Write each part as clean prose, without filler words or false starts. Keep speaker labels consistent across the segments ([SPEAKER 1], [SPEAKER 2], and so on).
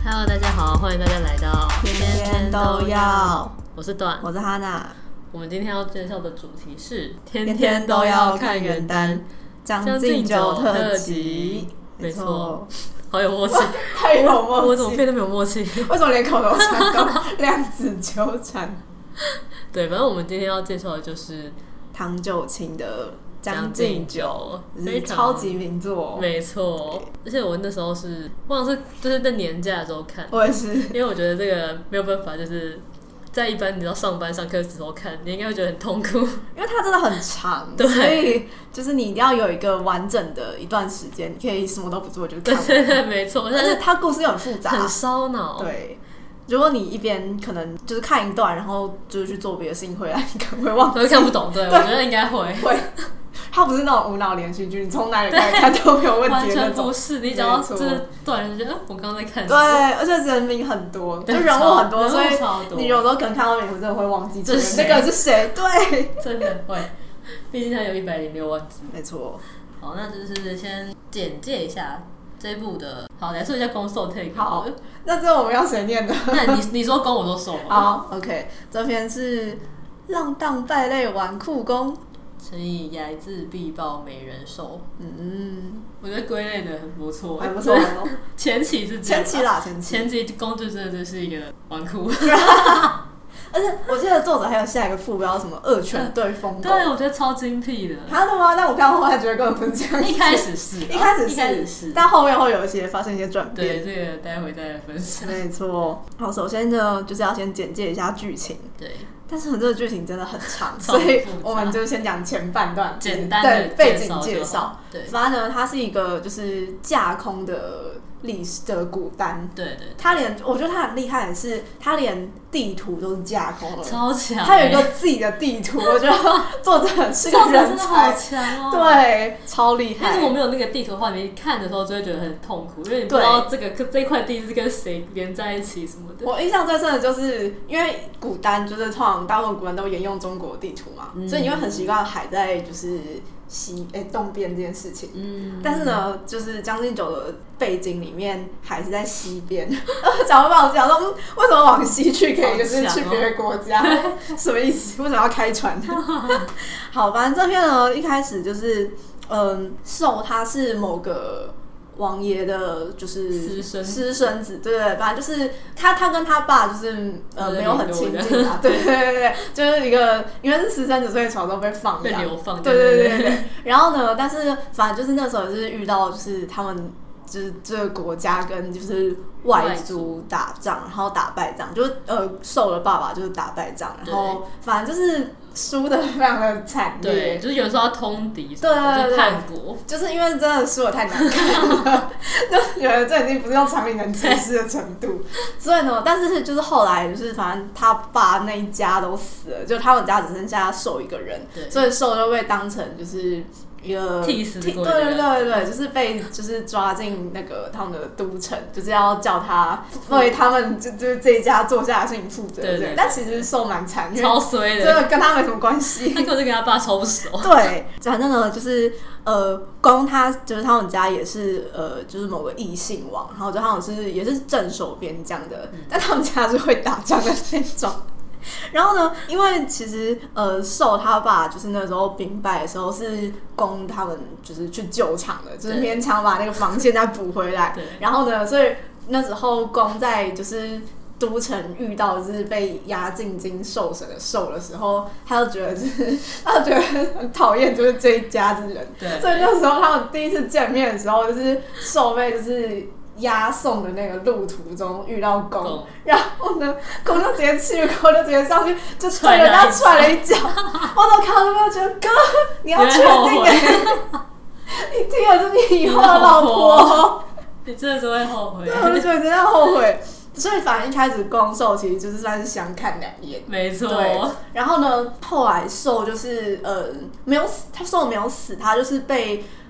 [SPEAKER 1] Hello， 大家好，欢迎大家来到
[SPEAKER 2] 天天都要。
[SPEAKER 1] 我是段，
[SPEAKER 2] 我是哈娜。
[SPEAKER 1] 我们今天要介绍的主题是
[SPEAKER 2] 天天都要看元旦将进酒特辑。
[SPEAKER 1] 没错，好有默契，
[SPEAKER 2] 太有默契。
[SPEAKER 1] 我怎么变得没有默契？
[SPEAKER 2] 为什么连口头禅都量子纠缠？
[SPEAKER 1] 对，反正我们今天要介绍的就是
[SPEAKER 2] 唐九卿的将进酒，是超级名作。
[SPEAKER 1] 没错，而且我那时候是忘了是就是在年假的时候看，
[SPEAKER 2] 我也是，
[SPEAKER 1] 因为我觉得这个没有办法，就是在一般你要上班上课的时候看，你应该会觉得很痛苦，
[SPEAKER 2] 因为它真的很长，
[SPEAKER 1] 对，
[SPEAKER 2] 所以就是你一定要有一个完整的一段时间，你可以什么都不做就看完。
[SPEAKER 1] 对，没错，
[SPEAKER 2] 但是它故事又很复杂，
[SPEAKER 1] 很烧脑。
[SPEAKER 2] 对。如果你一边可能就是看一段，然后就是去做别的事情回来，你可能会忘记，
[SPEAKER 1] 会看不懂。对，我觉得应该会。
[SPEAKER 2] 它不是那种无脑连续剧，你从哪里开始看都没有问题的那种。
[SPEAKER 1] 完全不是，你只要就是断了就觉得我刚刚在看什
[SPEAKER 2] 么。
[SPEAKER 1] 对，
[SPEAKER 2] 而且人名很多，就人物很多，所以你有时候可能看到名字真的会忘记这个是谁。对，
[SPEAKER 1] 真的会，毕竟它有106万字。
[SPEAKER 2] 没错。
[SPEAKER 1] 好，那就是先简介一下这一部的。好，来说一下攻受 take。
[SPEAKER 2] 好，那这我们要谁念的？
[SPEAKER 1] 那你说攻，我说受嘛。
[SPEAKER 2] 好 ，OK， 这篇是浪荡败类纨绔宫。
[SPEAKER 1] 乘以睚眦必报美人寿。我觉得归类的很不错，
[SPEAKER 2] 很不错。
[SPEAKER 1] 前期是
[SPEAKER 2] 前期啦，
[SPEAKER 1] 前期公就真的就是一个纨绔。
[SPEAKER 2] 而且我记得作者还有下一个副标什么恶犬对疯狗，
[SPEAKER 1] 对，我觉得超精辟的。
[SPEAKER 2] 真的吗？但我看到后来觉得根本不是这样子。
[SPEAKER 1] 一开始是，
[SPEAKER 2] 但后面会有发生一些转
[SPEAKER 1] 对，
[SPEAKER 2] 变。
[SPEAKER 1] 这个待会再来分享。
[SPEAKER 2] 没错。好，首先呢，就是要先简介一下剧情。
[SPEAKER 1] 对。
[SPEAKER 2] 但是这个剧情真的很长，所以我们就先讲前半段
[SPEAKER 1] 简单的
[SPEAKER 2] 背景介绍。
[SPEAKER 1] 对，
[SPEAKER 2] 反正呢，它是一个就是架空的历史的古代。
[SPEAKER 1] 对，
[SPEAKER 2] 我觉得他很厉害的是，他连地图都是架空的，
[SPEAKER 1] 超强。
[SPEAKER 2] 他有一个自己的地图，我觉得作者是个人才，
[SPEAKER 1] 好强哦。
[SPEAKER 2] 对，超厉害。
[SPEAKER 1] 但是我没有那个地图的话，你看的时候就会觉得很痛苦，因为你不知道这一块地是跟谁连在一起什么的。
[SPEAKER 2] 我印象最深的就是因为古代就是通常大部分古人都沿用中国地图嘛，所以你会很习惯海在就是东边这件事情。但是呢，就是将进酒的背景里面海是在西边，讲会帮我讲说，为什么往西去可以就是去别的国家？什么意思？为什么要开船？好，反正这篇呢一开始就是受他是某个王爷的，就是私生子，对，反正就是他跟他爸就是没有很亲近啊，对，就是一个因为是私生子，所以小时候被放养，
[SPEAKER 1] 被流放，
[SPEAKER 2] 对。然后呢，但是反正就是那时候也是遇到就是他们就是这个国家跟就是外族打仗，然后打败仗，就是受了爸爸就是打败仗，然后反正就是输的非常的惨烈，
[SPEAKER 1] 对，就是有时候要通敌，对，就叛国，
[SPEAKER 2] 就是因为真的输的太难看了，就觉得这已经不是用常理能解释的程度。所以呢，但是就是后来就是反正他爸那一家都死了，就他们家只剩下受一个人，所以受就被当成就是一个
[SPEAKER 1] 替死鬼，
[SPEAKER 2] 对，就是被就是抓进那个他们的都城，就是要叫他为他们就是这一家做下的事情负责。对，但其实受蛮惨，
[SPEAKER 1] 超衰的，
[SPEAKER 2] 真的跟他没什么关系。
[SPEAKER 1] 他根本就跟他爸超不熟。
[SPEAKER 2] 对，反正呢就是公他就是他们家也是就是某个异姓王，然后就好像是也是镇守边疆的，但他们家是会打仗的那种。然后呢，因为其实受他爸就是那时候兵败的时候是攻他们就是去救场的，就是勉强把那个防线再补回来。然后呢，所以那时候攻在就是都城遇到就是被押进京受审的受的时候，他就觉得很讨厌就是这一家子人。对，所以那时候他们第一次见面的时候，就是受被就是押送的那个路途中遇到公，然后呢，公就直接气不过，就直接上去就对人家踹了一脚。我都看到没有觉得哥，你要确定你听了是你以后的老婆，
[SPEAKER 1] 你真的是会后悔。
[SPEAKER 2] 对，我就觉得真的后悔。所以反正一开始公受其实就是算是相看两厌，
[SPEAKER 1] 没错。
[SPEAKER 2] 然后呢，后来受就是没有死，他受没有死，他就是被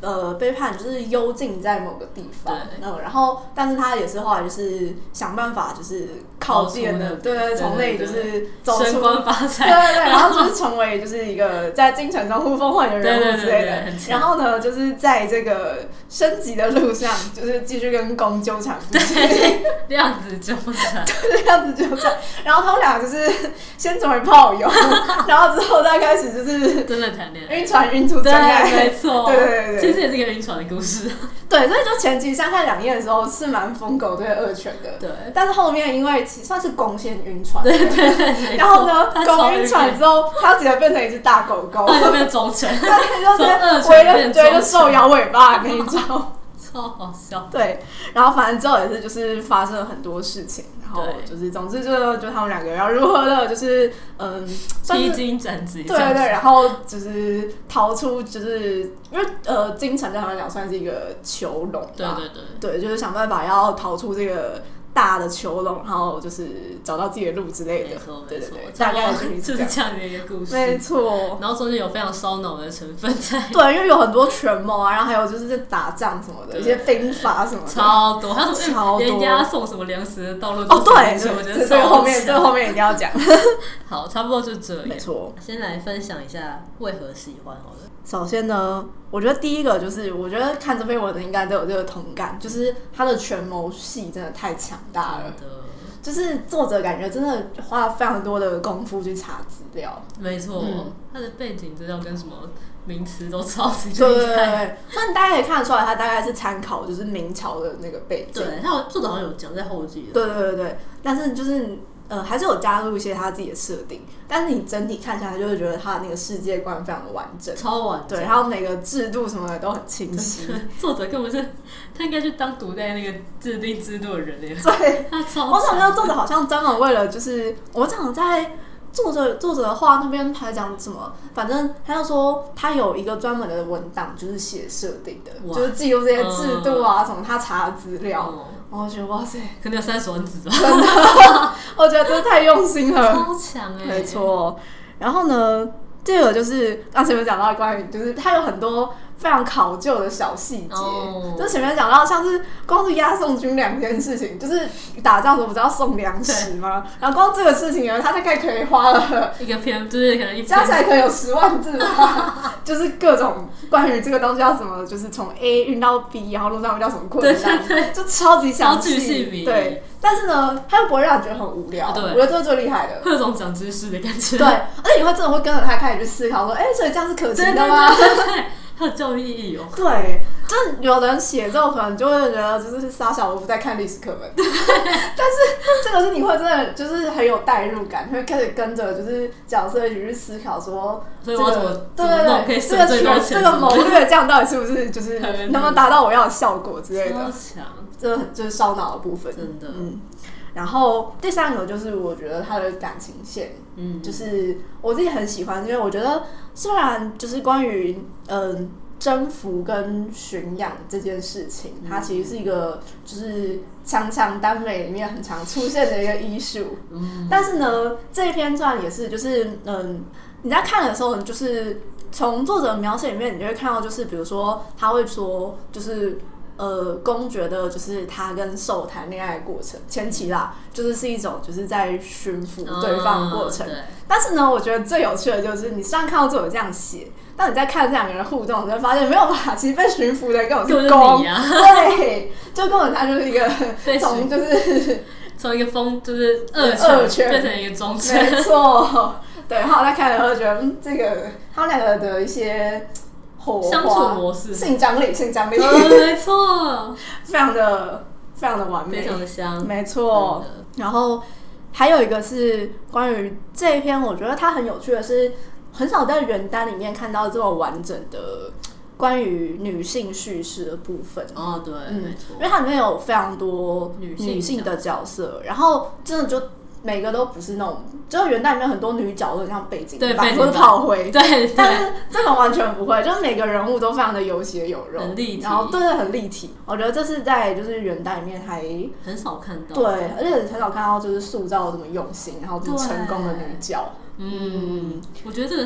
[SPEAKER 2] 被判就是幽禁在某个地方，然后但是他也是后来就是想办法就是靠近的，对，从那里就是走出
[SPEAKER 1] 升官发财，
[SPEAKER 2] 对，然后就是成为就是一个在京城中呼风唤雨的人物之类的。然后呢，就是在这个升级的路上，就是继续跟公纠缠不清，
[SPEAKER 1] 量子纠缠，
[SPEAKER 2] 对，量子纠缠。然后他们俩就是先成为炮友，然后之后再开始就是
[SPEAKER 1] 真的谈恋爱，
[SPEAKER 2] 晕船晕出真爱，
[SPEAKER 1] 没错，
[SPEAKER 2] 对，
[SPEAKER 1] 其实也是一个晕船的故事。
[SPEAKER 2] 对，所以就前期相看两厌的时候是蛮疯狗对二犬的，对。但是后面因为算是公先晕船，
[SPEAKER 1] 对，
[SPEAKER 2] 然后呢，公晕船之后，他直接变成一只大狗狗，
[SPEAKER 1] 他就变忠诚，
[SPEAKER 2] 就是围了追就受摇尾巴的那一招。
[SPEAKER 1] 超好笑，
[SPEAKER 2] 对，然后反正之后也是就是发生了很多事情，然后就是总之就他们两个要如何的，就是
[SPEAKER 1] 披荆斩棘，
[SPEAKER 2] 对，然后就是逃出，就是因为京城对他们俩算是一个囚笼，对，就是想办法要逃出这个大的囚笼，然后就是找到自己的路之类的，对，大概
[SPEAKER 1] 就是这样的一个故事，
[SPEAKER 2] 没错。
[SPEAKER 1] 然后中间有非常烧脑的成分在，
[SPEAKER 2] 对，因为有很多权谋啊，然后还有就是在打仗什么的，一些兵法什么的，
[SPEAKER 1] 超多，还有
[SPEAKER 2] 超多，
[SPEAKER 1] 连押送什么粮食的道路
[SPEAKER 2] 哦，对，
[SPEAKER 1] 我觉得
[SPEAKER 2] 这个后面一定要讲。
[SPEAKER 1] 好，差不多就这样，
[SPEAKER 2] 没错。
[SPEAKER 1] 先来分享一下为何喜欢好了。
[SPEAKER 2] 首先呢，我觉得第一个就是，我觉得看这篇文的应该都有这个同感，就是他的权谋戏真的太强大了，就是作者感觉真的花了非常多的功夫去查资料。
[SPEAKER 1] 没错，他的背景资料跟什么名词都超级厉害。
[SPEAKER 2] 对，所以大家可以看得出来，他大概是参考就是明朝的那个背景。
[SPEAKER 1] 对，他作者好像有讲在后记
[SPEAKER 2] 的。对，但是就是还是有加入一些他自己的设定，但是你整体看下来就会觉得他的那个世界观非常的完整，
[SPEAKER 1] 超完整，
[SPEAKER 2] 对，还有每个制度什么的都很清晰。
[SPEAKER 1] 作者根本是他应该去当读在那个制定制度的人耶，
[SPEAKER 2] 对，
[SPEAKER 1] 他超强。
[SPEAKER 2] 我想到作者好像专门为了就是我想在作者的话那边还讲什么，反正他就说他有一个专门的文档，就是写设定的，就是记录这些制度啊，什么他查的资料。然后我觉得哇塞，
[SPEAKER 1] 可能有30万字吧，
[SPEAKER 2] 真的，我觉得真的太用心了，
[SPEAKER 1] 超强
[SPEAKER 2] 没错。然后呢，这个就是刚前面讲到关于，就是它有很多非常考究的小细节，就前面讲到像是光是押送军粮这件事情，就是打仗的时候不是要送粮食吗？然后光这个事情呢，他大概可以花了
[SPEAKER 1] 一个篇，就是可能
[SPEAKER 2] 加起来可能有10万字吧，就是各种关于这个东西要怎么，就是从 A 运到 B， 然后路上遇到什么困难，
[SPEAKER 1] 对，
[SPEAKER 2] 就超级详细，
[SPEAKER 1] 超巨细靡遗，
[SPEAKER 2] 对。但是呢，它又不会让你觉得很无聊，我觉得这是最厉害的，
[SPEAKER 1] 会有种长知识的感觉，
[SPEAKER 2] 对，而且你会真的会跟着他开始去思考说，所以这样是可行的吗？
[SPEAKER 1] 对，它有教育意义哦。
[SPEAKER 2] 对，就有的人写之后可能就会觉得就是傻小我不在看历史课本，但是这个是你会真的就是很有代入感，会开始跟着就是角色一起去思考说，
[SPEAKER 1] 所以我要怎么
[SPEAKER 2] 对
[SPEAKER 1] 可以省最多钱，
[SPEAKER 2] 这个谋略这样到底是不是就是能不能达到我要的效果之类的？
[SPEAKER 1] 超强，
[SPEAKER 2] 这就是烧脑的部分，
[SPEAKER 1] 真的。
[SPEAKER 2] 然后第三个就是我觉得他的感情线，就是我自己很喜欢，因为我觉得虽然就是关于征服跟驯养这件事情，它其实是一个就是强耽美里面很常出现的一个艺术，但是呢这一篇传也是就是你在看的时候，就是从作者的描写里面，你就会看到就是比如说他会说就是公觉得就是他跟受谈恋爱的过程前期啦，就是一种就是在驯服对方的过程。但是呢，我觉得最有趣的就是你虽然看到作者这样写，但你在看这两个人互动，你会发现没有吧，其实被驯服的根本是公，对，就根本他就是一个从就是
[SPEAKER 1] 从一个就是二犬变成一个忠犬，
[SPEAKER 2] 没错。对，然后我在看的时候觉得，这个他们两个的一些
[SPEAKER 1] 相处模式，
[SPEAKER 2] 性张力，
[SPEAKER 1] 没错，
[SPEAKER 2] 非常的完美，
[SPEAKER 1] 非常的香，
[SPEAKER 2] 没错。然后还有一个是关于这一篇，我觉得它很有趣的是，很少在原单里面看到这种完整的关于女性叙事的部分。
[SPEAKER 1] 哦，对，没错，
[SPEAKER 2] 因为它里面有非常多女性的角色，然后真的就每个都不是那种，就是元旦里面很多女角都像背景板或者炮灰，
[SPEAKER 1] 对，
[SPEAKER 2] 但是这个完全不会，就是每个人物都非常的有血有肉，
[SPEAKER 1] 很立体，
[SPEAKER 2] 然后对，很立体。我觉得这是在就是元旦里面还
[SPEAKER 1] 很少看到，
[SPEAKER 2] 对，而且很少看到就是塑造这么用心，然后这么成功的女角。
[SPEAKER 1] 我觉得这个是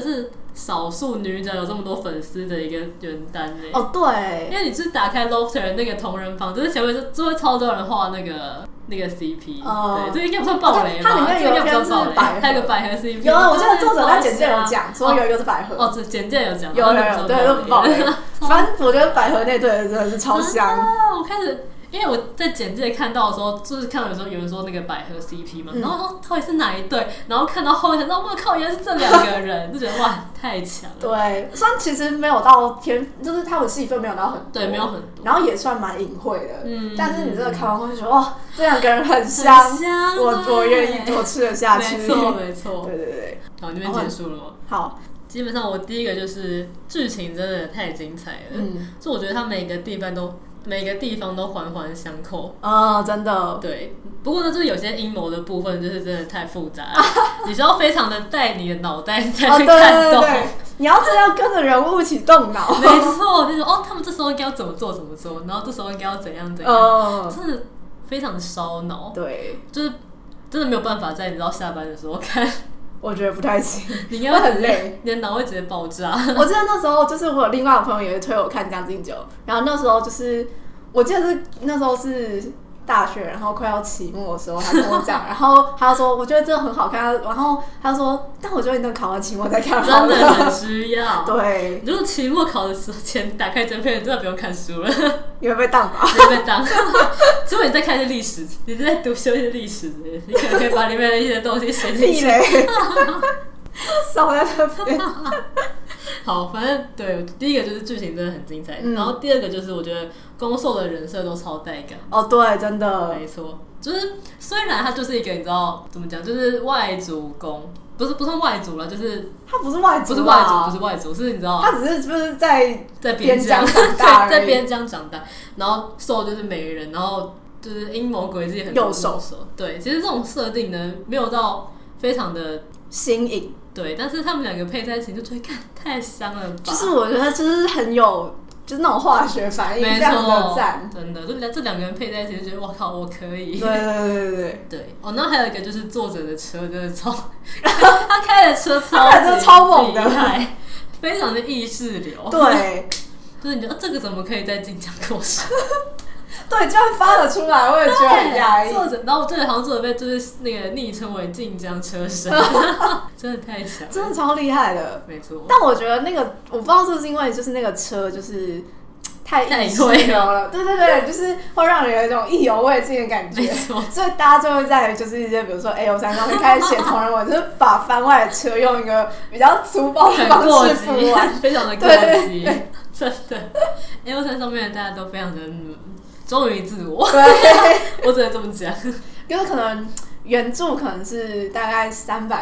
[SPEAKER 1] 少数女角有这么多粉丝的一个原单嘞。
[SPEAKER 2] 哦，对，
[SPEAKER 1] 因为你是打开 Lofter 那个同人房，就是前面就会超多人画那个 CP，对，这应该不算爆雷吧？
[SPEAKER 2] 它里面有一篇是百合，
[SPEAKER 1] 还有个百合 CP。
[SPEAKER 2] 有啊，我记得作者在简介有讲，说有一个是百合。
[SPEAKER 1] 哦，这简介有讲，
[SPEAKER 2] 有，对，都不爆雷。反正我觉得百合那对真的是超香。
[SPEAKER 1] 我开始。因为我在简介看到的时候，就是看到有时候有人说那个百合 CP 嘛，然后说到底是哪一对，然后看到后面才知道，哇靠，原来是这2个人，就觉得哇太强了。对，
[SPEAKER 2] 虽然其实没有到就是他们戏份没有到很多，
[SPEAKER 1] 对，没有很多，
[SPEAKER 2] 然后也算蛮隐晦的，但是你真的看完后就觉得哇，这2个人很香，我愿意多吃得下去。
[SPEAKER 1] 没错，
[SPEAKER 2] 对。
[SPEAKER 1] 好，那边结束了吗？
[SPEAKER 2] 好。
[SPEAKER 1] 基本上我第一个就是剧情真的太精彩了，所以我觉得它每个地方都环环相扣
[SPEAKER 2] 真的。
[SPEAKER 1] 对，不过呢，就是有些阴谋的部分，就是真的太复杂了，你需要非常的带你的脑袋才去看懂。
[SPEAKER 2] 对，你要真的要跟着人物一起动脑。
[SPEAKER 1] 没错，就是他们这时候应该要怎么做，然后这时候应该要怎样，真的非常烧脑。
[SPEAKER 2] 对，
[SPEAKER 1] 就是真的没有办法在你知道下班的时候看。
[SPEAKER 2] 我觉得不太行，
[SPEAKER 1] 你应该会
[SPEAKER 2] 很累，
[SPEAKER 1] 你的脑会直接爆炸。
[SPEAKER 2] 我记得那时候就是我有另外一个朋友也推我看《将进酒》，然后那时候就是我记得是那时候是大学，然后快要期末的时候，他跟我讲，然后他说我觉得真的很好看，然后他说，但我觉得你等考完期末再看好了，
[SPEAKER 1] 真的很需要。
[SPEAKER 2] 对，
[SPEAKER 1] 如果期末考的时候前打开真片，真的不用看书了，
[SPEAKER 2] 你会被当吧？
[SPEAKER 1] 你会被当。如果你在看一些历史，你在读修一些历史，你可能可以把里面的一些东西写进去。
[SPEAKER 2] 少在这边。
[SPEAKER 1] 好，反正对，第一个就是剧情真的很精彩，然后第二个就是我觉得攻受的人设都超带感。
[SPEAKER 2] 哦，对，真的，
[SPEAKER 1] 没错，就是虽然他就是一个你知道怎么讲，就是外族攻，不算外族了，就是
[SPEAKER 2] 他不是外族，
[SPEAKER 1] 不是外族，是你知道，
[SPEAKER 2] 他只是就是在
[SPEAKER 1] 边疆
[SPEAKER 2] 长大，
[SPEAKER 1] 对，在边疆长大，然后受就是美人，然后就是阴谋诡计很多右手，对，其实这种设定呢没有到非常的
[SPEAKER 2] 新颖。
[SPEAKER 1] 对，但是他们2个配在一起就觉得太香了吧！
[SPEAKER 2] 就是我觉得就是很有，就是那种化学反应，非常的赞，
[SPEAKER 1] 真的。就这2个人配在一起，就觉得哇靠，我可以。
[SPEAKER 2] 对。
[SPEAKER 1] 哦，那还有一个就是作者的车真的超，他开的车
[SPEAKER 2] 超猛的，
[SPEAKER 1] 非常的意识流。
[SPEAKER 2] 对，
[SPEAKER 1] 就是你觉得这个怎么可以在晋江给我说？
[SPEAKER 2] 对，居然发了出来，我也觉得很压抑。
[SPEAKER 1] 作者，然后我这个好像作者被就是那个昵称为晋江车神，真的太强，
[SPEAKER 2] 真的超厉害的，
[SPEAKER 1] 没错。
[SPEAKER 2] 但我觉得那个我不知道是不是因为就是那个车就是太意识流了，对，就是会让人有一种意犹未尽的感觉，
[SPEAKER 1] 没错。
[SPEAKER 2] 所以大家就会在就是一些比如说 A03 上面开始写同人文，就是把番外的车用一个比较粗暴的方式补完，
[SPEAKER 1] 非常的过激，真的。A03 上面的大家都非常的忠于自我，对，我只能这么讲。
[SPEAKER 2] 因为可能原著可能是大概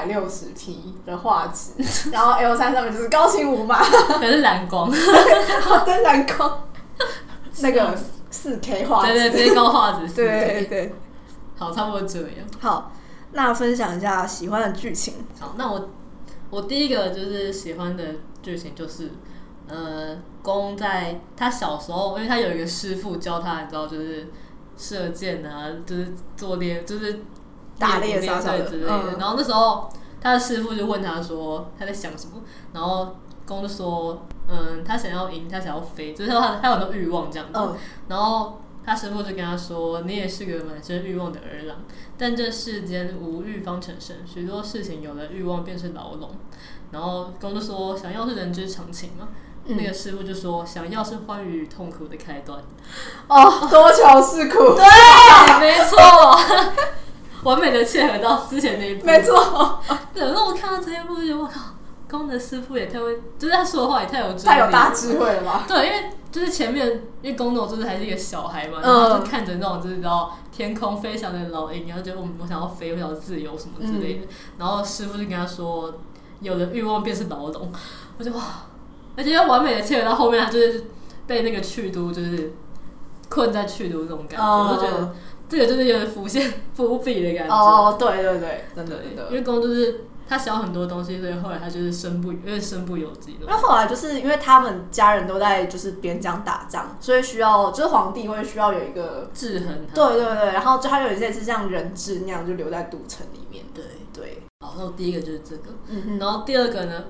[SPEAKER 2] 360p 的画质，然后 L3 上面就是高清无码，
[SPEAKER 1] 可能是蓝光，
[SPEAKER 2] 对，蓝光，那个4K 画质，
[SPEAKER 1] 对，直接高画质 4K，
[SPEAKER 2] 对，
[SPEAKER 1] 好，差不多这样。
[SPEAKER 2] 好，那分享一下喜欢的剧情。
[SPEAKER 1] 好，那我第一个就是喜欢的剧情就是。攻在他小时候，因为他有一个师傅教他，你知道，就是射箭啊，就是做猎，就是
[SPEAKER 2] 打猎杀杀
[SPEAKER 1] 之类的。然后那时候他的师傅就问他说他在想什么，然后攻就说，他想要赢，他想要飞，就是他有很多欲望这样子。然后他师傅就跟他说，你也是个满身欲望的儿郎，但这世间无欲方成圣，许多事情有了欲望便是牢笼。然后攻就说，想要是人之常情嘛。那个师傅就说：“想要是欢愉与痛苦的开端。”
[SPEAKER 2] 哦，多求是苦。
[SPEAKER 1] 对，没错，完美的切合到之前那一部。
[SPEAKER 2] 没错。
[SPEAKER 1] 对，那我看到这一部就觉得，我靠，攻的师傅也太会，就是他说的话也太有
[SPEAKER 2] 大智慧了吧？
[SPEAKER 1] 对，因为就是前面，因为攻斗就是还是一个小孩嘛，然后就看着那种就是你知道天空飞翔的老鹰，然后觉得我想要飞，我想要自由什么之类的。然后师傅就跟他说：“有了欲望便是牢笼。”我就哇。而且要完美的切合到后面，他就是被那个去都就是困在去都这种感觉，我就觉得这个就是有点浮现伏笔的感觉。
[SPEAKER 2] 哦，对，真的，
[SPEAKER 1] 因为公就是他想很多东西，所以后来他就是有点身不由己的。
[SPEAKER 2] 因为后来就是因为他们家人都在就是边疆打仗，所以需要就是皇帝会需要有一个
[SPEAKER 1] 制衡他。
[SPEAKER 2] 对，然后就他有一些是像人质那样就留在都城里面。对。
[SPEAKER 1] 好，那我第一个就是这个，然后第二个呢，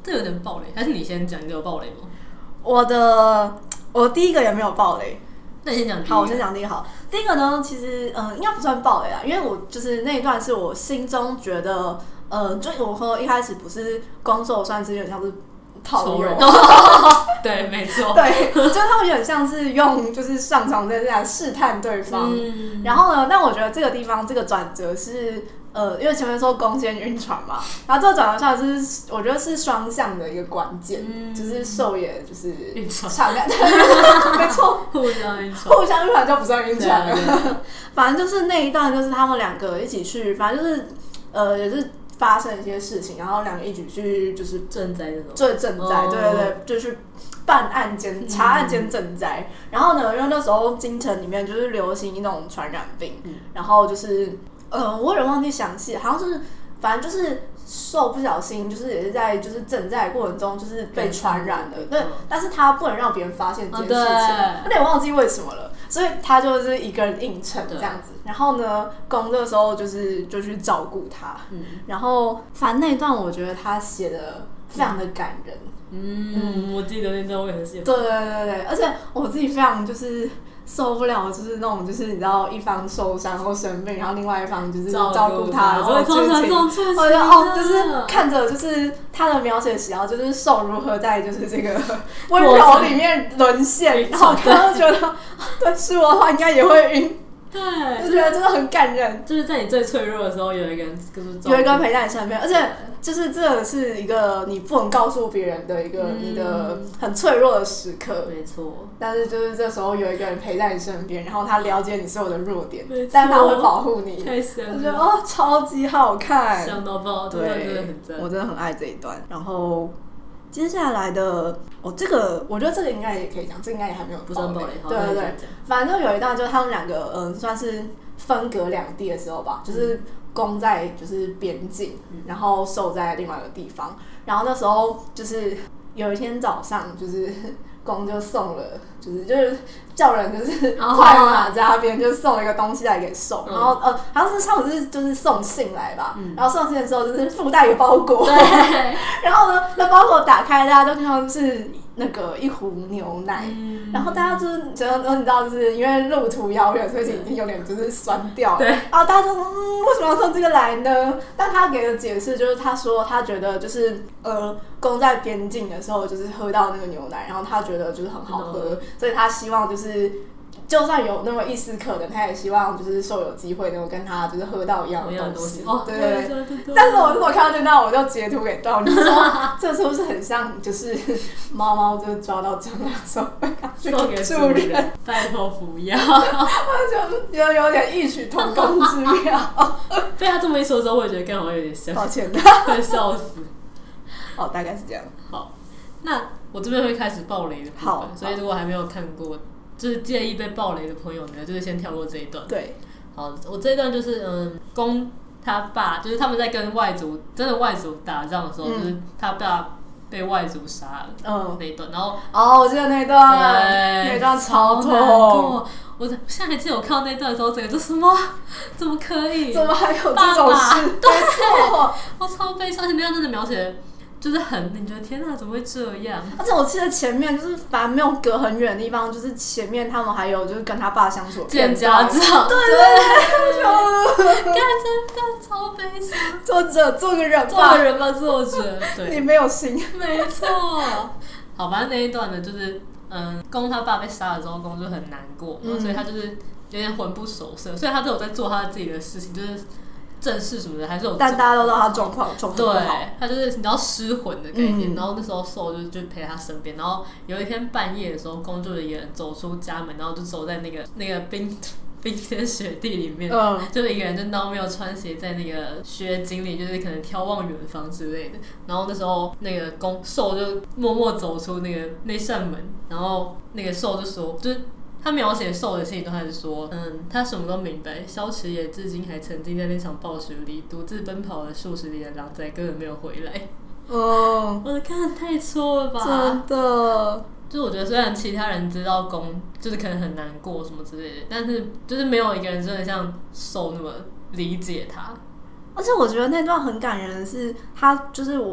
[SPEAKER 1] 这有点暴雷，还是你先讲？你有暴雷吗？
[SPEAKER 2] 我第一个也没有暴雷。
[SPEAKER 1] 那你先讲第一个。
[SPEAKER 2] 好，我先讲第一个好。第一个呢，其实应该不算暴雷啦，因为我就是那一段是我心中觉得，就我和一开始不是攻受算是有点像是炮友，
[SPEAKER 1] 对，没错，
[SPEAKER 2] 对，就他们有点像是用就是上床在这样试探对方，然后呢，但我觉得这个地方这个转折是。因为前面说攻先晕船嘛，然后这个转折上是我觉得是双向的一个关键，就是受也就是
[SPEAKER 1] 晕船，
[SPEAKER 2] 没错，
[SPEAKER 1] 互相晕船，
[SPEAKER 2] 互相晕船就不算晕船了。反正就是那一段，就是他们两个一起去，反正就是也是发生一些事情，然后两个一起去就是
[SPEAKER 1] 赈灾那种，
[SPEAKER 2] 对赈灾，对对对，就去办案兼查案兼赈灾。然后呢，因为那时候京城里面就是流行一种传染病，然后就是。我有点忘记详细，好像是反正就是受不小心，就是也是在就是赈灾的过程中，就是被传染了，对，但是他不能让别人发现这件事情，有点忘记为什么了，所以他就是一个人硬撑这样子。然后呢，公这个时候就去照顾他，然后反正那一段我觉得他写的非常的感人，
[SPEAKER 1] 我记得那段我也很喜欢，
[SPEAKER 2] 对对对对，而且我自己非常就是。受不了，就是那种，就是你知道，一方受伤或生病，然后另外一方就是照顾他的这种剧情，我觉得就是看着就是他的描写写到，就是受如何在就是这个温柔里面沦陷，然后我刚刚觉得，对，是我的话应该也会晕。对，就觉得真的很感人。
[SPEAKER 1] 就是在你最脆弱的时候，有一个人
[SPEAKER 2] 陪在你身边，而且就是这是一个你不能告诉别人的一个你的很脆弱的时刻。
[SPEAKER 1] 没错。
[SPEAKER 2] 但是就是这时候有一个人陪在你身边，然后他了解你所有的弱点，但他会保护你。
[SPEAKER 1] 太香了！
[SPEAKER 2] 我觉得超级好看，
[SPEAKER 1] 香到爆，对，真的很赞。
[SPEAKER 2] 我真的很爱这一段。然后。接下来的这个我觉得这个应该也可以讲，这应该也还没有
[SPEAKER 1] 不算暴雷，
[SPEAKER 2] 对对对，反正就有一段就是他们两个算是分隔两地的时候吧，就是攻在就是边境，然后受在另外一个地方，然后那时候就是有一天早上就是公就送了，就是叫人就是快马加鞭就送了一个东西来给受，然后好像是上次就是送信来吧，然后送信的时候就是附带一个包裹，对，然后呢那包裹打开，大家都看到是那个一壶牛奶，然后大家就是觉得你知道，就是因为路途遥远，所以已经有点就是酸掉了。对，然后大家就说为什么要送这个来呢？但他给的解释就是他说他觉得就是攻在边境的时候就是喝到那个牛奶，然后他觉得就是很好喝，所以他希望就是就算有那么一丝可能，他也希望就是受有机会能够跟他就是喝到一样的东西。对对对。但是我如果看到这段，我就截图给到你说，这是不是很像就是猫猫就是抓到蟑螂的时候
[SPEAKER 1] 送给主人，拜托不要，
[SPEAKER 2] 就有点异曲同工之妙。
[SPEAKER 1] 被他这么一说之后，我也觉得刚好有点像，
[SPEAKER 2] 抱歉，
[SPEAKER 1] 快笑死。
[SPEAKER 2] 大概是这样。
[SPEAKER 1] 好，那我这边会开始爆雷的部分，所以如果还没有看过，就是介意被爆雷的朋友呢，就是先跳过这一段。对，好，我这一段就是公他爸，就是他们在跟真的外族打仗的时候，就是他爸被外族杀了，那一段。然后
[SPEAKER 2] 我记得那一段，那一段超痛。
[SPEAKER 1] 我现在还记得我看到那一段的时候，整个就什么？怎么可以？
[SPEAKER 2] 怎么还有这种事？
[SPEAKER 1] 对，我超悲伤，而且那样真的描写。就是你觉得天哪，怎么会这样？
[SPEAKER 2] 而且我记得前面就是反正没有隔很远的地方，就是前面他们还有就是跟他爸相处
[SPEAKER 1] 见家长，
[SPEAKER 2] 对，
[SPEAKER 1] 干真的超悲伤。
[SPEAKER 2] 作者做个人吧，
[SPEAKER 1] 做个人吧，作者，对，
[SPEAKER 2] 你没有心，
[SPEAKER 1] 没错。好，反正那一段呢，就是公他爸被杀了之后，公就很难过，所以他就是有点魂不守舍，所以他都有在做他自己的事情，就是。正事什么的还是有，
[SPEAKER 2] 但大家都知道他状况不好，
[SPEAKER 1] 对，他就是你知道失魂的概念。然后那时候受就陪在他身边，然后有一天半夜的时候，工作人员走出家门，然后就走在那个冰天雪地里面，就一个人就闹没有穿鞋在那个雪景里，就是可能眺望远方之类的。然后那时候那个受就默默走出那扇门，然后那个受就说，就是。他描写受的心里都还是说，他什么都明白，萧池也至今还沉浸在那场暴雪里，独自奔跑了数十里的狼仔根本没有回来。我的看太戳了吧！
[SPEAKER 2] 真的，
[SPEAKER 1] 就我觉得虽然其他人知道公就是可能很难过什么之类的，但是就是没有一个人真的像受那么理解他。
[SPEAKER 2] 而且我觉得那段很感人的是，他就是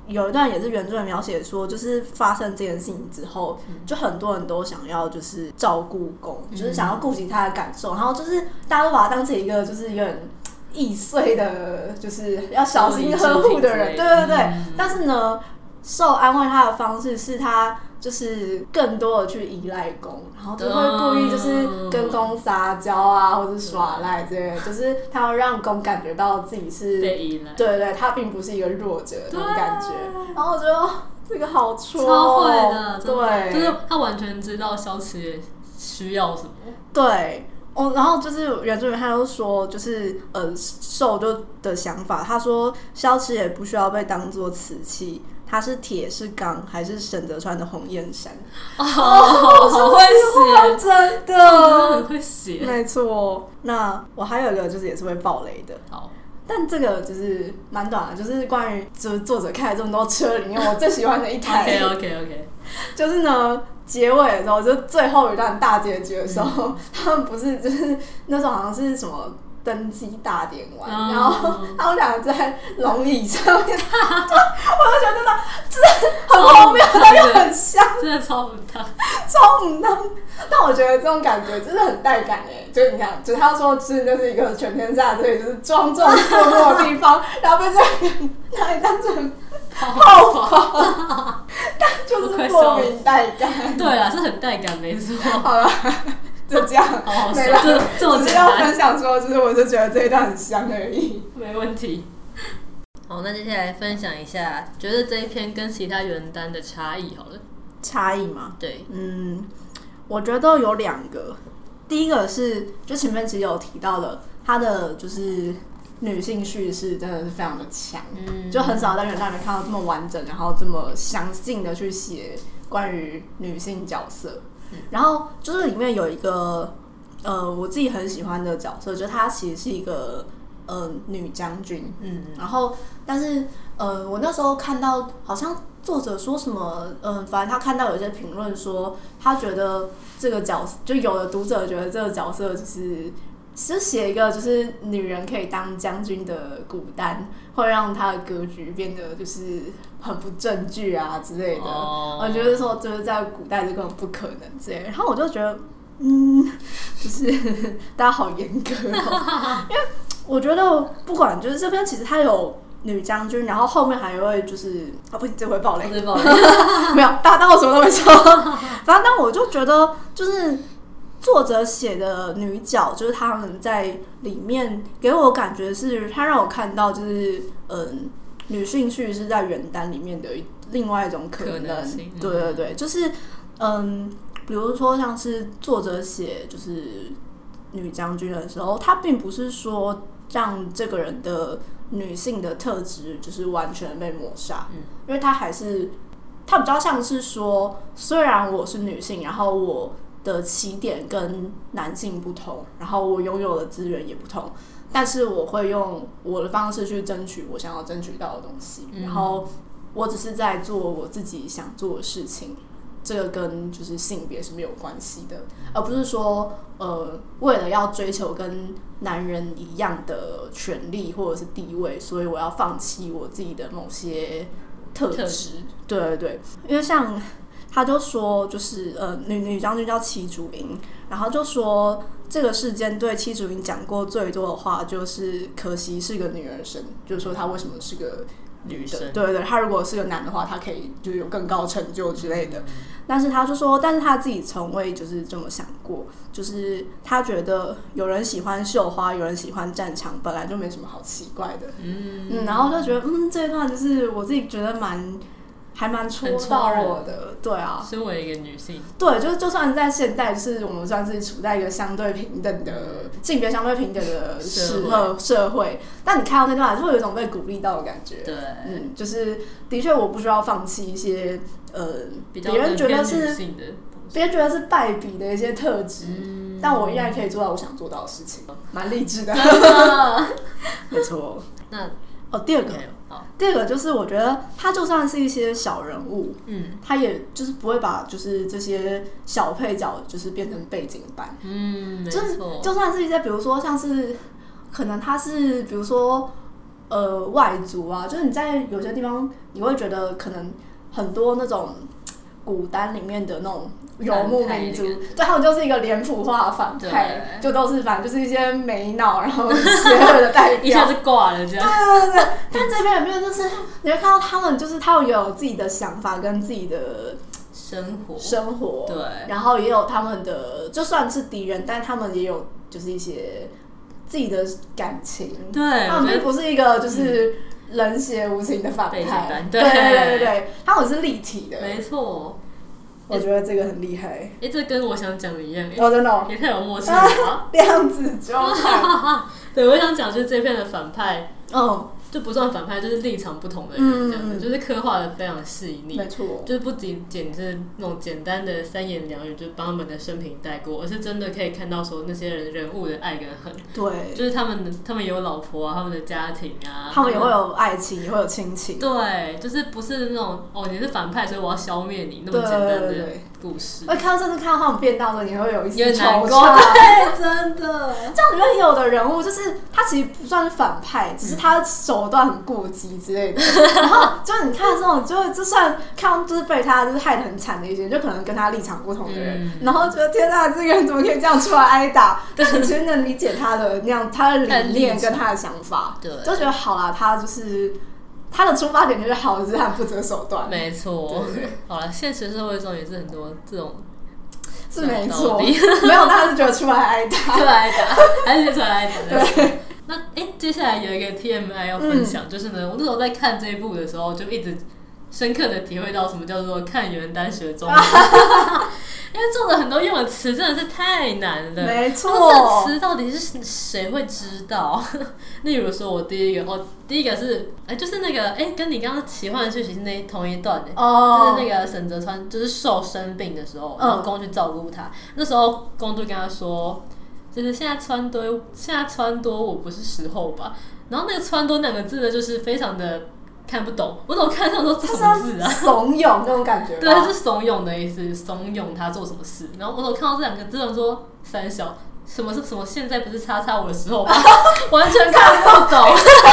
[SPEAKER 2] 有一段也是原著人描写说，就是发生这件事情之后，就很多人都想要就是照顾公，就是想要顾及他的感受，然后就是大家都把他当成一个就是有点易碎的，就是要小心呵护的人，对对对。但是呢，受安慰他的方式是他就是更多的去依赖公，然后就会故意就是跟公撒娇啊，或者耍赖之类的，就是他要让公感觉到自己是
[SPEAKER 1] 被依赖，
[SPEAKER 2] 对对，他并不是一个弱者的那种感觉。然后我觉得这个好戳，
[SPEAKER 1] 超会的，
[SPEAKER 2] 对，
[SPEAKER 1] 就是他完全知道萧慈也需要什么，
[SPEAKER 2] 对。然后就是原著里面他就说，就是受就的想法，他说萧慈也不需要被当作瓷器，他是铁是钢还是沈德川的鸿雁山？
[SPEAKER 1] 好会写，
[SPEAKER 2] 真的
[SPEAKER 1] 很会写，
[SPEAKER 2] 没错。那我还有一个就是也是会爆雷的，
[SPEAKER 1] 好。
[SPEAKER 2] 但这个就是蛮短的，就是关于就是作者开的这么多车里面，我最喜欢的一台。
[SPEAKER 1] OK，
[SPEAKER 2] 就是呢，结尾的时候，就最后一段大结局的时候，他们不是就是那种好像是什么登基大典完，然后他们两个在龙椅上面，我就觉得真的很荒谬，但又很像，
[SPEAKER 1] 真的超母汤，
[SPEAKER 2] 超母汤。但我觉得这种感觉真的很带感耶，就是你看，就是他说是那是一个全天下这里就是庄重肃穆的地方，然后被这个人拿来当成炮房，但就是莫名带感。
[SPEAKER 1] 对啦，是很带感，没错。
[SPEAKER 2] 好了。就这样，
[SPEAKER 1] 好好
[SPEAKER 2] 没了，
[SPEAKER 1] 只
[SPEAKER 2] 是要分享说，就是我就觉得这一段很香而已，
[SPEAKER 1] 没问题。好，那接下来分享一下，觉得这一篇跟其他原单的差异好了。
[SPEAKER 2] 差异吗？
[SPEAKER 1] 对，
[SPEAKER 2] 我觉得有两个。第一个是，就前面其实有提到的，它的就是女性叙事真的是非常的强，就很少在原单里面看到这么完整，然后这么详尽的去写关于女性角色。然后就是里面有一个我自己很喜欢的角色，就是她其实是一个女将军，然后但是我那时候看到好像作者说什么，反正他看到有些评论说，他觉得这个角色，就有的读者觉得这个角色就是写一个就是女人可以当将军的古代，会让她的格局变得就是很不正据啊之类的。我觉得说就是在古代这根本不可能之类的。然后我就觉得，就是大家好严格哦，因为我觉得不管就是这边其实它有女将军，然后后面还会就是不行，这回爆雷，没有，大家我什么都没说。反正但我就觉得就是作者写的女角，就是他们在里面给我感觉是，他让我看到就是女性叙事在原单里面的另外一种可能性。对对对，就是比如说像是作者写就是女将军的时候，他并不是说让这个人的女性的特质就是完全被抹杀，因为他比较像是说，虽然我是女性，然后我的起点跟男性不同，然后我拥有的资源也不同，但是我会用我的方式去争取我想要争取到的东西，然后我只是在做我自己想做的事情，这个跟就是性别是没有关系的，而不是说为了要追求跟男人一样的权利或者是地位，所以我要放弃我自己的某些特质。对对对，因为像他就说，就是女将军叫戚竹英，然后就说这个事件对戚竹英讲过最多的话就是可惜是个女儿身，就是说她为什么是个女的，对对对，他如果是个男的话，他可以就有更高成就之类的。但是他就说，但是他自己从未就是这么想过，就是他觉得有人喜欢绣花，有人喜欢战场，本来就没什么好奇怪的。然后就觉得这一段就是我自己觉得还蛮戳到我的，对啊。
[SPEAKER 1] 身为一个女性，
[SPEAKER 2] 对，就算在现代，就是我们算是处在一个相对平等的性别相对平等的社会，但你看到那段，还是会有一种被鼓励到的感觉。
[SPEAKER 1] 对，
[SPEAKER 2] 就是的确，我不需要放弃一些别人觉得是败笔的一些特质，但我依然可以做到我想做到的事情，蛮励志的。没错。那第二个就是我觉得他就算是一些小人物，他也就是不会把就是这些小配角就是变成背景板，
[SPEAKER 1] 没错，
[SPEAKER 2] 就算是一些比如说像是可能他是比如说外族啊，就是你在有些地方你会觉得可能很多那种古代里面的那种游牧民族，对，他们就是一个脸谱化的反派，就都是反正就是一些没脑然后邪恶的代表，
[SPEAKER 1] 一下就挂了这样。
[SPEAKER 2] 对，但这边有没有就是你会看到他们就是他们有自己的想法跟自己的生活，
[SPEAKER 1] 对，
[SPEAKER 2] 然后也有他们的就算是敌人，但他们也有就是一些自己的感情，
[SPEAKER 1] 对，
[SPEAKER 2] 他们并不是一个就是冷血无情的反派，
[SPEAKER 1] 对，
[SPEAKER 2] 他们是立体的，
[SPEAKER 1] 没错。
[SPEAKER 2] 我觉得这个很厉害。
[SPEAKER 1] 这跟我想讲的一样，
[SPEAKER 2] 真的
[SPEAKER 1] 也太有默契了吧！
[SPEAKER 2] 量子纠缠。
[SPEAKER 1] 对，我想讲就是这片的反派，就不算反派，就是立场不同的人，这样子，就是刻画的非常细腻，
[SPEAKER 2] 没错，
[SPEAKER 1] 就是不仅是那种简单的三言两语，就是帮他们的生平带过，而是真的可以看到说那些人物的爱跟恨，
[SPEAKER 2] 对，
[SPEAKER 1] 就是他们有老婆啊，他们的家庭啊，
[SPEAKER 2] 他们也会有爱情，也会有亲情，
[SPEAKER 1] 对，就是不是那种你是反派，所以我要消灭你那么简单的故事。甚至看到他们变大的，你会有一丝惆怅， 对，真的。
[SPEAKER 2] 这样里面有的人物就是他其实不算是反派，只是他手段很过激之类的。然后就是你看这种，就算看到就是被他就是害得很惨的一些人，就可能跟他立场不同的人，然后觉得天哪，这个人怎么可以这样出来挨打？但你其实能理解他的那样他的理念跟他的想法，
[SPEAKER 1] 对，
[SPEAKER 2] 就觉得好啦，他就是他的出发点就是好，只是他不择手段。
[SPEAKER 1] 没错，好了，现实社会中也是很多这种。
[SPEAKER 2] 是没错，没有，他是觉得出来挨打，
[SPEAKER 1] 出来挨打，还是出来挨打。
[SPEAKER 2] 对，
[SPEAKER 1] 那接下来有一个 TMI 要分享，就是呢，我那时候在看这一部的时候，就一直深刻的体会到什么叫做看原单学中文。因为作者很多用的词真的是太难了，
[SPEAKER 2] 没错，
[SPEAKER 1] 这词到底是谁会知道？例如说，我第一个是就是那个跟你刚刚奇幻的剧情是那同一段就是那个沈泽川就是受生病的时候，然后公去照顾他，那时候公就跟他说，就是现在穿多我不是时候吧，然后那个穿多两个字呢，就是非常的。看不懂，我怎么看上说这什么字啊？
[SPEAKER 2] 怂恿那种感觉，
[SPEAKER 1] 对，是怂恿的意思，怂恿他做什么事。然后我怎么看到这两个字，我说三小，什么是什么？现在不是叉叉我的时候吧？完全看不懂，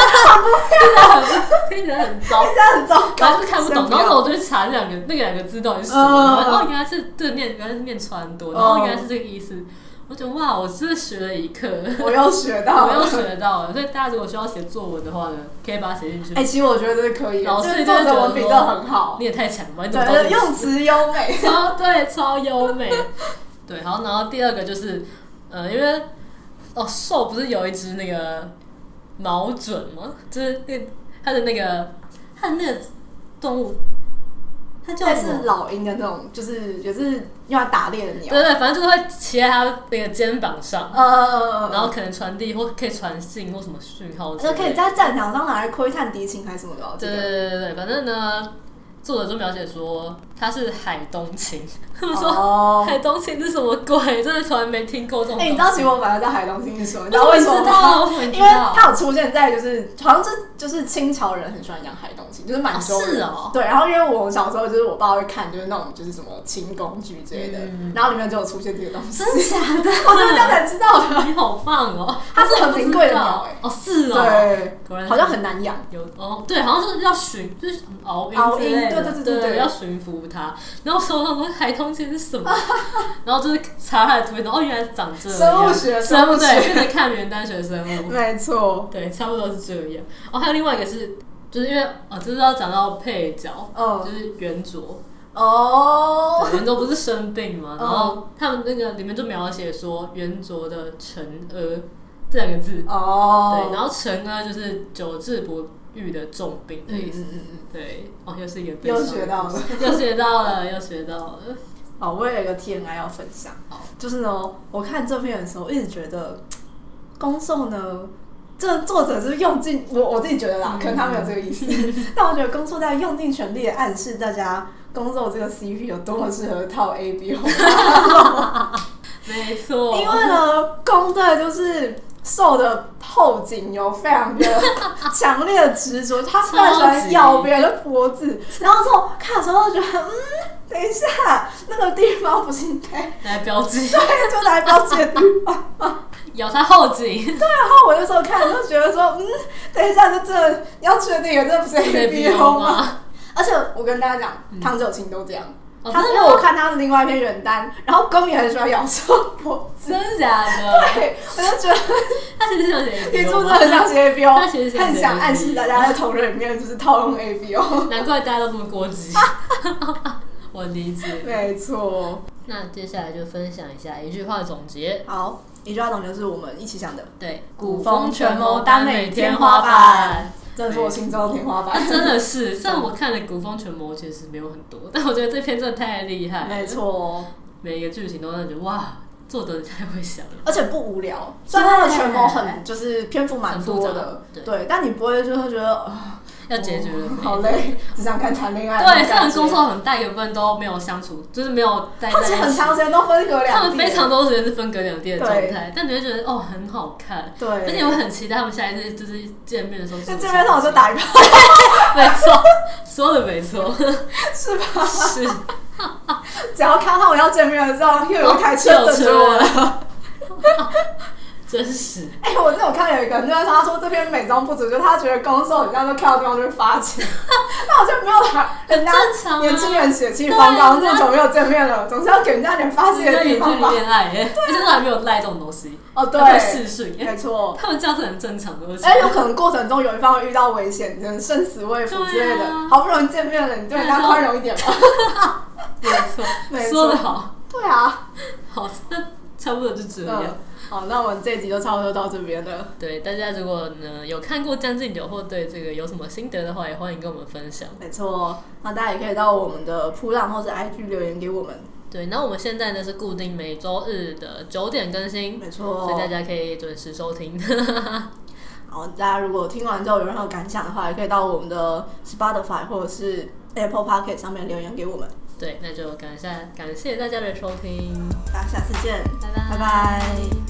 [SPEAKER 1] 听起来很糟，然后就看不懂。然后我就去查那两个字到底是什么，然后原来是原来是念穿多，然后原来是这个意思。我觉得哇，我真的学了一课，
[SPEAKER 2] 我又学到
[SPEAKER 1] 了。所以大家如果需要写作文的话呢，可以把它写进去。
[SPEAKER 2] 其实我觉得这是可以的，
[SPEAKER 1] 老师
[SPEAKER 2] 作者文笔真的很好，
[SPEAKER 1] 你也太强了吧？
[SPEAKER 2] 对，用词优美，
[SPEAKER 1] 超优美。对，好，然后第二个就是因为兽不是有一只那个毛隼吗？就是它的那个动物。它
[SPEAKER 2] 就是老鹰的那种，就是也是用来打猎的鸟。
[SPEAKER 1] 对，反正就是会骑在它那个肩膀上，然后可能传递或可以传信或什么讯号之类的，
[SPEAKER 2] 可以在战场上拿来窥探敌情还是什么的。
[SPEAKER 1] 对，反正呢，作者就描写说他是海东青，他们说海东青是什么鬼？真的从来没听过这种。
[SPEAKER 2] 你知道其实我本来叫海东青是什么？你知道为什么吗？因为它有出现在好像就是清朝人很喜欢养海东青，就是满洲人。对，然后因为我小时候就是我爸会看，就是那种就是什么清宫剧之类的，然后里面就有出现这个东西。
[SPEAKER 1] 真的假的？
[SPEAKER 2] 我真的这样才知道的。
[SPEAKER 1] 你好棒哦！
[SPEAKER 2] 它是很名贵的鸟
[SPEAKER 1] 是
[SPEAKER 2] 对，好像很难养。
[SPEAKER 1] 对，好像就是要驯，就是熬鹰之类的，对，要驯服它。然后说海东青是什么？然后就是查它的图片，原来长这样。
[SPEAKER 2] 生物学，
[SPEAKER 1] 对，变成看原单学生物。
[SPEAKER 2] 没错，
[SPEAKER 1] 对，差不多是这样。还有另外一个是，就是因为就是要讲到配角，就是圆卓。圆卓不是生病嘛，然后他们那个里面就描写说圆卓的陈阿这两个字，对，然后陈阿就是久治不愈的重病的意思，对，又是一个
[SPEAKER 2] 又学到了。我也有一个 TNI 要分享，就是呢，我看这篇的时候一直觉得攻受呢，这作者是用尽我自己觉得啦，可能他没有这个意思，但我觉得攻受在用尽全力的暗示大家攻受这个 CP 有多么适合套 AB 红。
[SPEAKER 1] 没错，
[SPEAKER 2] 因为呢，攻队就是受的后颈有非常的强烈的执着，他非常喜欢咬别人的脖子，然后之后看的时候就觉得，等一下，那个地方不是应该
[SPEAKER 1] 来标记？
[SPEAKER 2] 对，就来标记的地方。
[SPEAKER 1] 咬他后颈。
[SPEAKER 2] 对，然后我那时候看就觉得说，等一下，这真的要确定这不是 ABO 吗？而且我跟大家讲，汤久清都这样。因为我看他的另外一篇原单，然后公也很喜欢咬错脖子，
[SPEAKER 1] 真的假的？
[SPEAKER 2] 对，我就觉得
[SPEAKER 1] 他其实想写 ABO，
[SPEAKER 2] 题目真的很像写 ABO，
[SPEAKER 1] 他其实
[SPEAKER 2] 很想暗示大家在同人里面就是套用 ABO，
[SPEAKER 1] 难怪大家都这么过激。我理解，
[SPEAKER 2] 没错。
[SPEAKER 1] 那接下来就分享一下一句话总结。
[SPEAKER 2] 好，一句话总结是我们一起想的，
[SPEAKER 1] 对，
[SPEAKER 2] 古风权谋耽美天花板。真的是我心中的天花板，
[SPEAKER 1] 真的是。虽然我看的古风权谋其实没有很多，但我觉得这篇真的太厉害了。
[SPEAKER 2] 没错，
[SPEAKER 1] 每一个剧情都让人觉得哇，作者太会想了，
[SPEAKER 2] 而且不无聊。虽然他的权谋很就是篇幅蛮多的，对，但你不会就会觉得
[SPEAKER 1] 要解决了，
[SPEAKER 2] 好累，只想看谈恋爱。
[SPEAKER 1] 对，虽然工作很大一部分都没有相处，就是没有在一起，
[SPEAKER 2] 而且很长时间都分隔两地，
[SPEAKER 1] 他们非常多时间是分隔两地的状态，但你会觉得很好看，
[SPEAKER 2] 对，
[SPEAKER 1] 而且你会很期待他们下一次就是见面的时候。
[SPEAKER 2] 见面的时候就打一炮，
[SPEAKER 1] 没错，说的没错，
[SPEAKER 2] 是吧？
[SPEAKER 1] 是，
[SPEAKER 2] 只要看他们要见面的时候，又有一台车等着我了。
[SPEAKER 1] 真是，
[SPEAKER 2] 我真有看有一个人就在说，他说这篇美中不足，就是他觉得攻受很像，就看到对方就会发情。那好像没有人家年轻人血气方刚，这么久没有见面了，总是要给人家点发泄的地方吧。
[SPEAKER 1] 恋爱而且都还没有赖这种东西。
[SPEAKER 2] 对，
[SPEAKER 1] 视讯，
[SPEAKER 2] 没错，
[SPEAKER 1] 他们这样是很正常的。
[SPEAKER 2] 有可能过程中有一方会遇到危险，可能生死未卜之类的，好不容易见面了，你对人家宽容一点吧。
[SPEAKER 1] 没错，说得好。
[SPEAKER 2] 对啊，
[SPEAKER 1] 好，那差不多就这样。
[SPEAKER 2] 好，那我们这一集就差不多到这边了。
[SPEAKER 1] 对，大家如果呢有看过《将进酒》或对这个有什么心得的话，也欢迎跟我们分享。
[SPEAKER 2] 没错，那大家也可以到我们的噗浪或者 IG 留言给我们。
[SPEAKER 1] 对，那我们现在呢是固定每周日的9点更新，
[SPEAKER 2] 没错，
[SPEAKER 1] 所以大家可以准时收听。
[SPEAKER 2] 好，大家如果听完之后有任何感想的话，也可以到我们的 Spotify 或者是 Apple Podcast 上面留言给我们。
[SPEAKER 1] 对，那就感谢大家的收听，
[SPEAKER 2] 大家下次见，
[SPEAKER 1] 拜拜。
[SPEAKER 2] 拜拜。